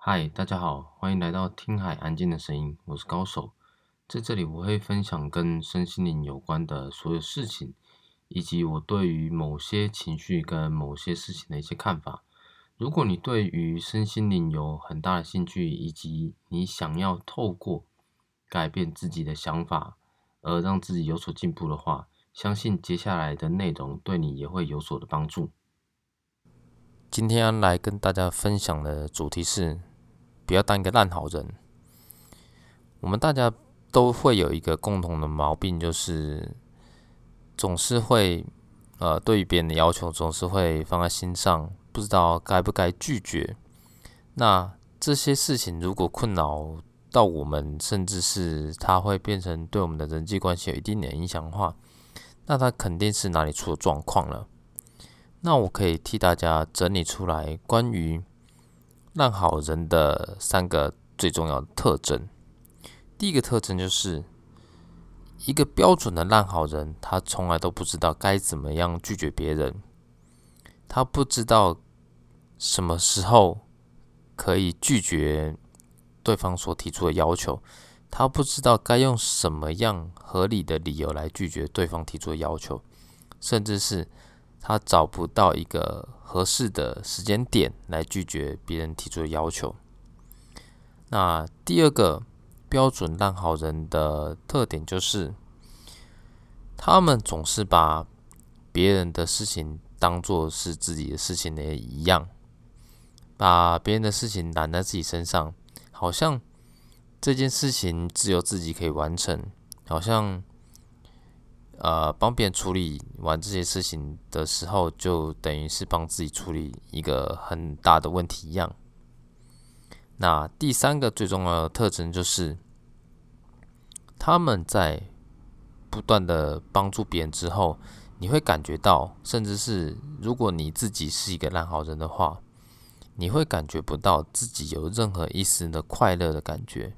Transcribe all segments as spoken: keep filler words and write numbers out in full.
嗨，大家好，欢迎来到听海安静的声音，我是高手。在这里，我会分享跟身心灵有关的所有事情，以及我对于某些情绪跟某些事情的一些看法。如果你对于身心灵有很大的兴趣，以及你想要透过改变自己的想法，而让自己有所进步的话，相信接下来的内容对你也会有所的帮助。 今天要来跟大家分享的主题是：不要当一个烂好人。我们大家都会有一个共同的毛病，就是总是会呃对于别人的要求总是会放在心上，不知道该不该拒绝。那这些事情如果困扰到我们，甚至是它会变成对我们的人际关系有一定点影响的话，那它肯定是哪里出了状况了。那我可以替大家整理出来关于烂好人的三个最重要的特征。第一个特征就是一个标准的烂好人，他从来都不知道该怎么样拒绝别人，他不知道什么时候可以拒绝对方所提出的要求，他不知道该用什么样合理的理由来拒绝对方提出的要求，甚至是他找不到一个合适的时间点来拒绝别人提出的要求。那第二个标准烂好人的特点就是，他们总是把别人的事情当作是自己的事情的一样，把别人的事情揽在自己身上，好像这件事情只有自己可以完成，好像呃帮别人处理完这些事情的时候，就等于是帮自己处理一个很大的问题一样。那第三个最重要的特征就是，他们在不断的帮助别人之后，你会感觉到，甚至是如果你自己是一个烂好人的话，你会感觉不到自己有任何一丝的快乐的感觉。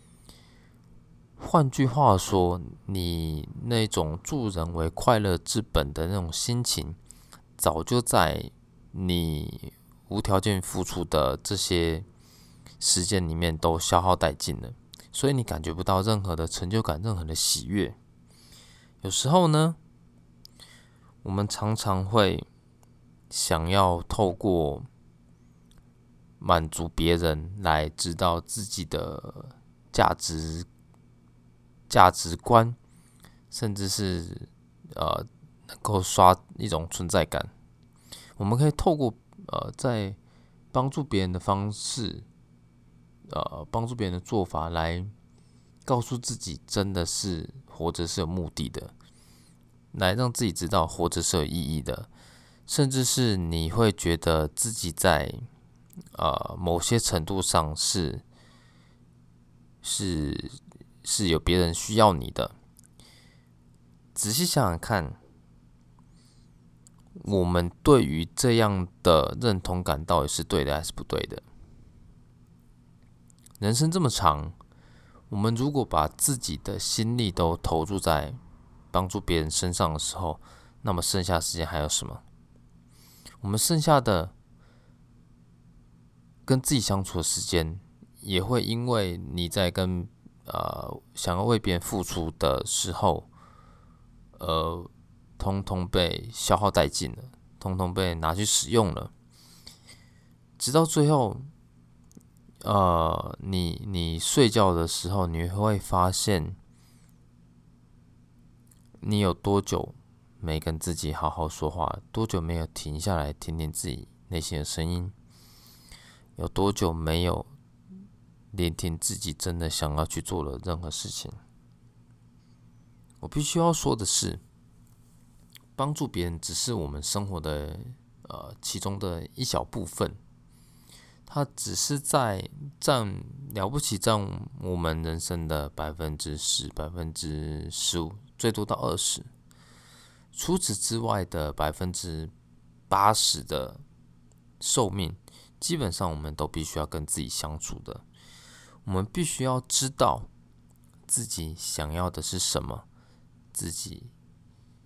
换句话说，你那种助人为快乐之本的那种心情，早就在你无条件付出的这些时间里面都消耗殆尽了，所以你感觉不到任何的成就感，任何的喜悦。有时候呢，我们常常会想要透过满足别人来知道自己的价值价值观，甚至是呃能够刷一种存在感。我们可以透过呃在帮助别人的方式，呃帮助别人的做法来告诉自己，真的是活着是有目的的，来让自己知道活着是有意义的，甚至是你会觉得自己在呃某些程度上是是是有别人需要你的。仔细想想看，我们对于这样的认同感到底是对的还是不对的？人生这么长，我们如果把自己的心力都投入在帮助别人身上的时候，那么剩下的时间还有什么？我们剩下的跟自己相处的时间，也会因为你在跟呃想要为别人付出的时候，呃，通通被消耗殆尽了，通通被拿去使用了，直到最后，呃，你你睡觉的时候，你会发现，你有多久没跟自己好好说话，多久没有停下来听听自己内心的声音，有多久没有聆听自己真的想要去做的任何事情。我必须要说的是，帮助别人只是我们生活的呃其中的一小部分，它只是在占了不起占我们人生的百分之十、百分之十五，最多到二十。除此之外的百分之八十的寿命，基本上我们都必须要跟自己相处的。我们必须要知道自己想要的是什么，自己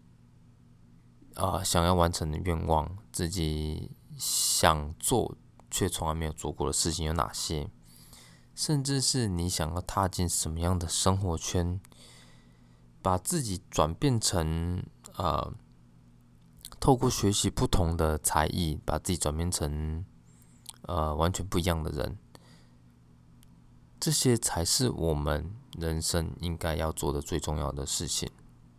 啊、呃想要完成的愿望，自己想做却从来没有做过的事情有哪些，甚至是你想要踏进什么样的生活圈，把自己转变成呃，透过学习不同的才艺，把自己转变成呃完全不一样的人，这些才是我们人生应该要做的最重要的事情。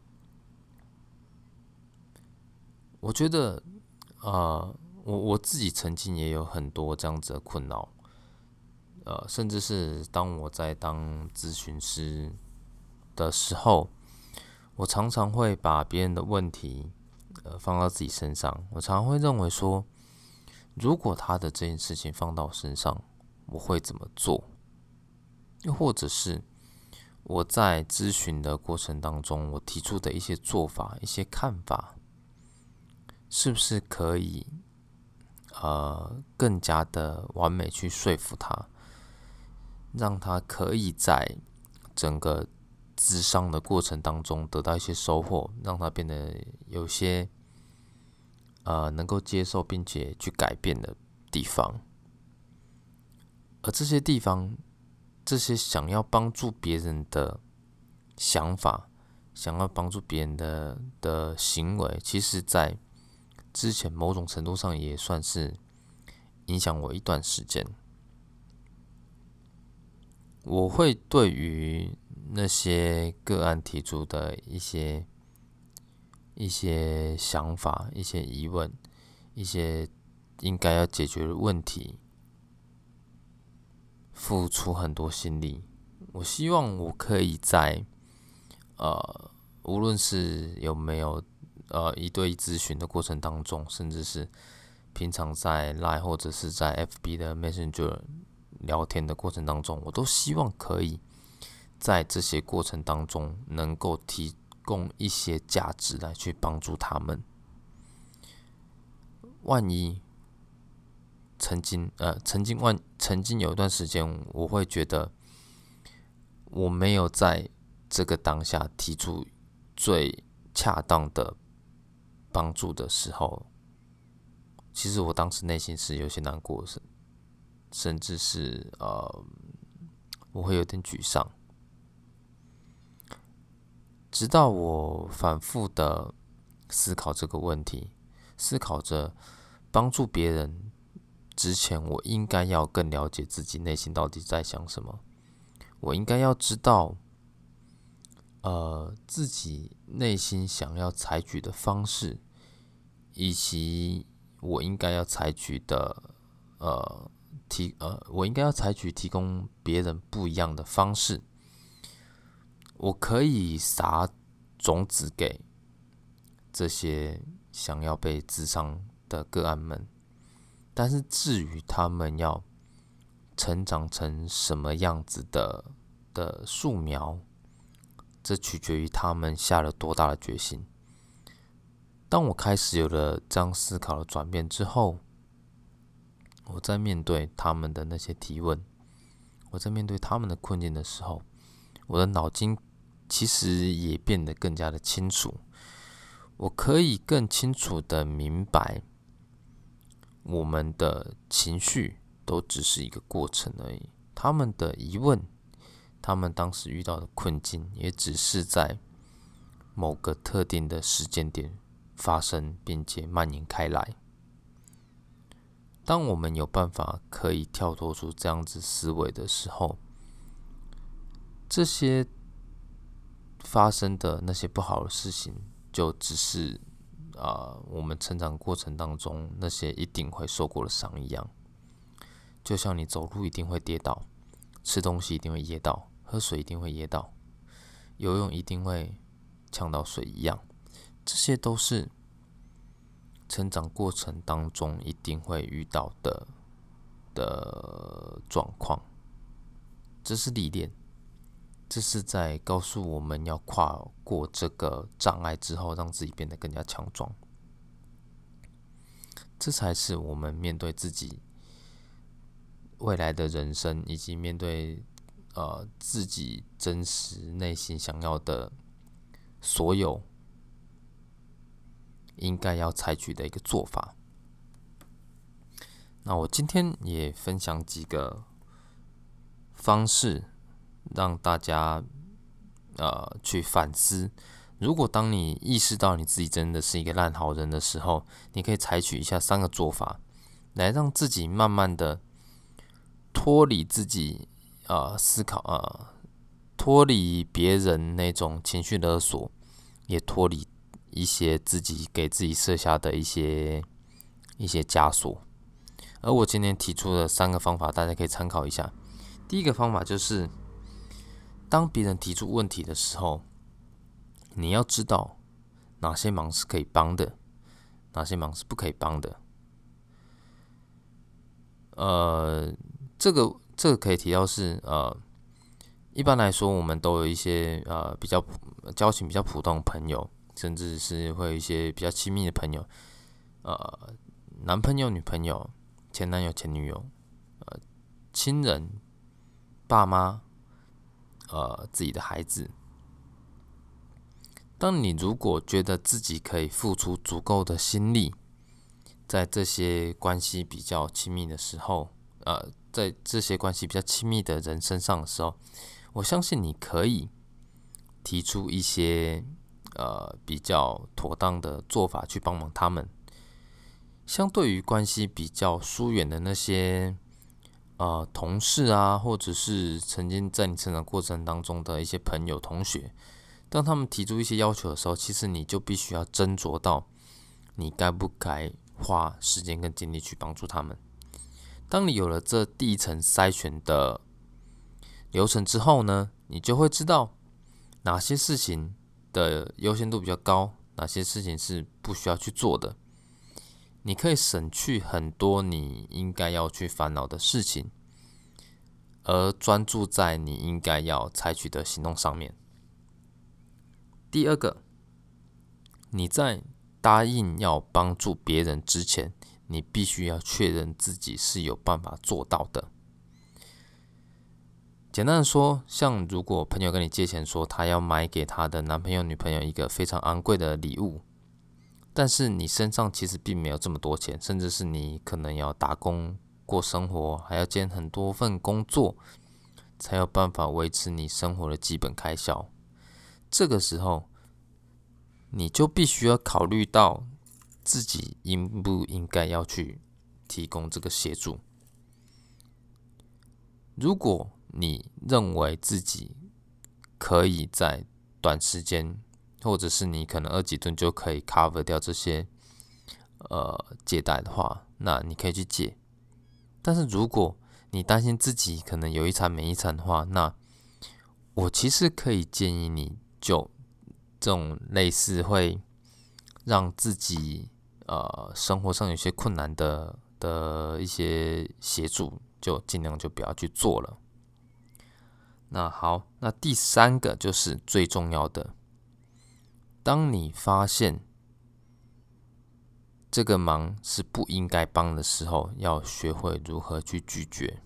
我觉得，呃，我我自己曾经也有很多这样子的困扰，呃，甚至是当我在当咨询师的时候，我常常会把别人的问题，呃，放到自己身上。我常常会认为说，如果他的这件事情放到我身上，我会怎么做？又或者是我在咨询的过程当中，我提出的一些做法、一些看法，是不是可以呃更加的完美去说服他，让他可以在整个咨商的过程当中得到一些收获，让他变得有些呃能够接受并且去改变的地方。而这些地方，这些想要帮助别人的想法，想要帮助别人的的行为，其实在之前某种程度上也算是影响我一段时间。我会对于那些个案提出的一些一些想法、一些疑问、一些应该要解决的问题，付出很多心力。我希望我可以在呃，无论是有没有呃一对一咨询的过程当中，甚至是平常在 Line 或者是在 F B 的 Messenger 聊天的过程当中，我都希望可以在这些过程当中能够提供一些价值来去帮助他们。万一曾经呃曾经万曾经有一段时间，我会觉得我没有在这个当下提出最恰当的帮助的时候，其实我当时内心是有些难过的，甚至是呃我会有点沮丧。直到我反复的思考这个问题，思考着帮助别人之前，我应该要更了解自己内心到底在想什么。我应该要知道，呃，自己内心想要采取的方式，以及我应该要采取的，呃，提呃，我应该要采取提供别人不一样的方式。我可以撒种子给这些想要被咨商的个案们，但是至于他们要成长成什么样子的的树苗，这取决于他们下了多大的决心。当我开始有了这样思考的转变之后，我在面对他们的那些提问，我在面对他们的困境的时候，我的脑筋其实也变得更加的清楚。我可以更清楚的明白，我们的情绪都只是一个过程而已。他们的疑问，他们当时遇到的困境，也只是在某个特定的时间点发生，并且蔓延开来。当我们有办法可以跳脱出这样子思维的时候，这些发生的那些不好的事情，就只是啊、呃，我们成长过程当中那些一定会受过的伤一样。就像你走路一定会跌倒，吃东西一定会噎到，喝水一定会噎到，游泳一定会呛到水一样，这些都是成长过程当中一定会遇到的的状况。这是历练，这是在告诉我们要跨过这个障碍之后，让自己变得更加强壮。这才是我们面对自己未来的人生，以及面对呃自己真实内心想要的所有，应该要采取的一个做法。 那我今天也分享几个方式，让大家呃去反思。如果当你意识到你自己真的是一个烂好人的时候，你可以采取以下三个做法，来让自己慢慢的脱离自己呃思考呃脱离别人那种情绪勒索，也脱离一些自己给自己设下的一些一些枷锁。而我今天提出的三个方法，大家可以参考一下。第一个方法就是，当别人提出问题的时候，你要知道哪些忙是可以帮的，哪些忙是不可以帮的。呃，这个这个可以提到是呃，一般来说，我们都有一些呃比较交情比较普通的朋友，甚至是会有一些比较亲密的朋友，呃，男朋友、女朋友、前男友、前女友，呃，亲人、爸妈，呃，自己的孩子。当你如果觉得自己可以付出足够的心力，在这些关系比较亲密的时候，呃，在这些关系比较亲密的人身上的时候，我相信你可以提出一些呃比较妥当的做法去帮忙他们。相对于关系比较疏远的那些呃同事啊，或者是曾经在你成长过程当中的一些朋友、同学，当他们提出一些要求的时候，其实你就必须要斟酌到你该不该花时间跟精力去帮助他们。当你有了这第一层筛选的流程之后呢，你就会知道哪些事情的优先度比较高，哪些事情是不需要去做的。你可以省去很多你应该要去烦恼的事情，而专注在你应该要采取的行动上面。第二个，你在答应要帮助别人之前，你必须要确认自己是有办法做到的。简单的说，像如果朋友跟你借钱说他要买给他的男朋友、女朋友一个非常昂贵的礼物，但是你身上其实并没有这么多钱，甚至是你可能要打工过生活，还要兼很多份工作，才有办法维持你生活的基本开销。这个时候，你就必须要考虑到自己应不应该要去提供这个协助。如果你认为自己可以在短时间，或者是你可能二几顿就可以 cover 掉这些呃借贷的话，那你可以去借。但是如果你担心自己可能有一餐没一餐的话，那我其实可以建议你就这种类似会让自己呃生活上有些困难的的一些协助，就尽量就不要去做了。那好，那第三个就是最重要的，当你发现这个忙是不应该帮的时候，要学会如何去拒绝。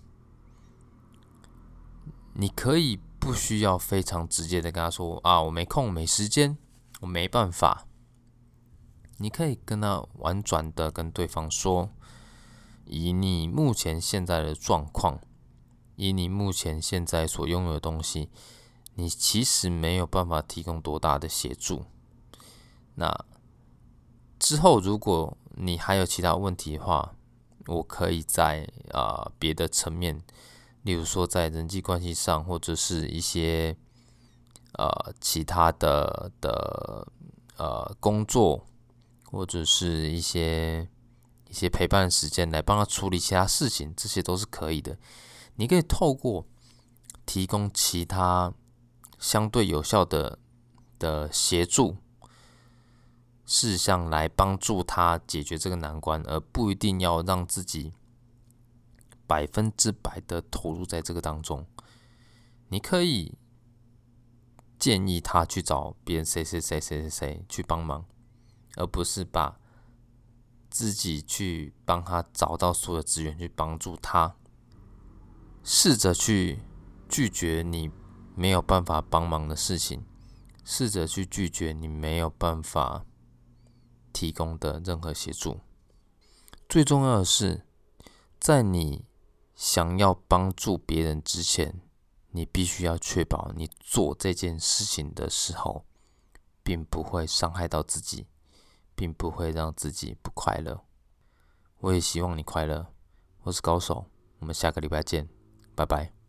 你可以不需要非常直接的跟他说啊，我没空、没时间，我没办法。你可以跟他婉转的跟对方说，以你目前现在的状况，以你目前现在所拥有的东西，你其实没有办法提供多大的协助。那之后如果你还有其他问题的话，我可以在呃别的层面，例如说在人际关系上，或者是一些呃其他的的呃工作，或者是一些一些陪伴的时间来帮他处理其他事情，这些都是可以的。你可以透过提供其他相对有效的的协助事项来帮助他解决这个难关，而不一定要让自己百分之百的投入在这个当中。你可以建议他去找别人谁谁谁谁谁谁去帮忙，而不是把自己去帮他找到所有资源去帮助他。试着去拒绝你没有办法帮忙的事情，试着去拒绝你没有办法提供的任何协助。最重要的是， 在你想要帮助别人之前，你必须要确保你做这件事情的时候，并不会伤害到自己，并不会让自己不快乐。我也希望你快乐。我是高手，我们下个礼拜见，拜拜。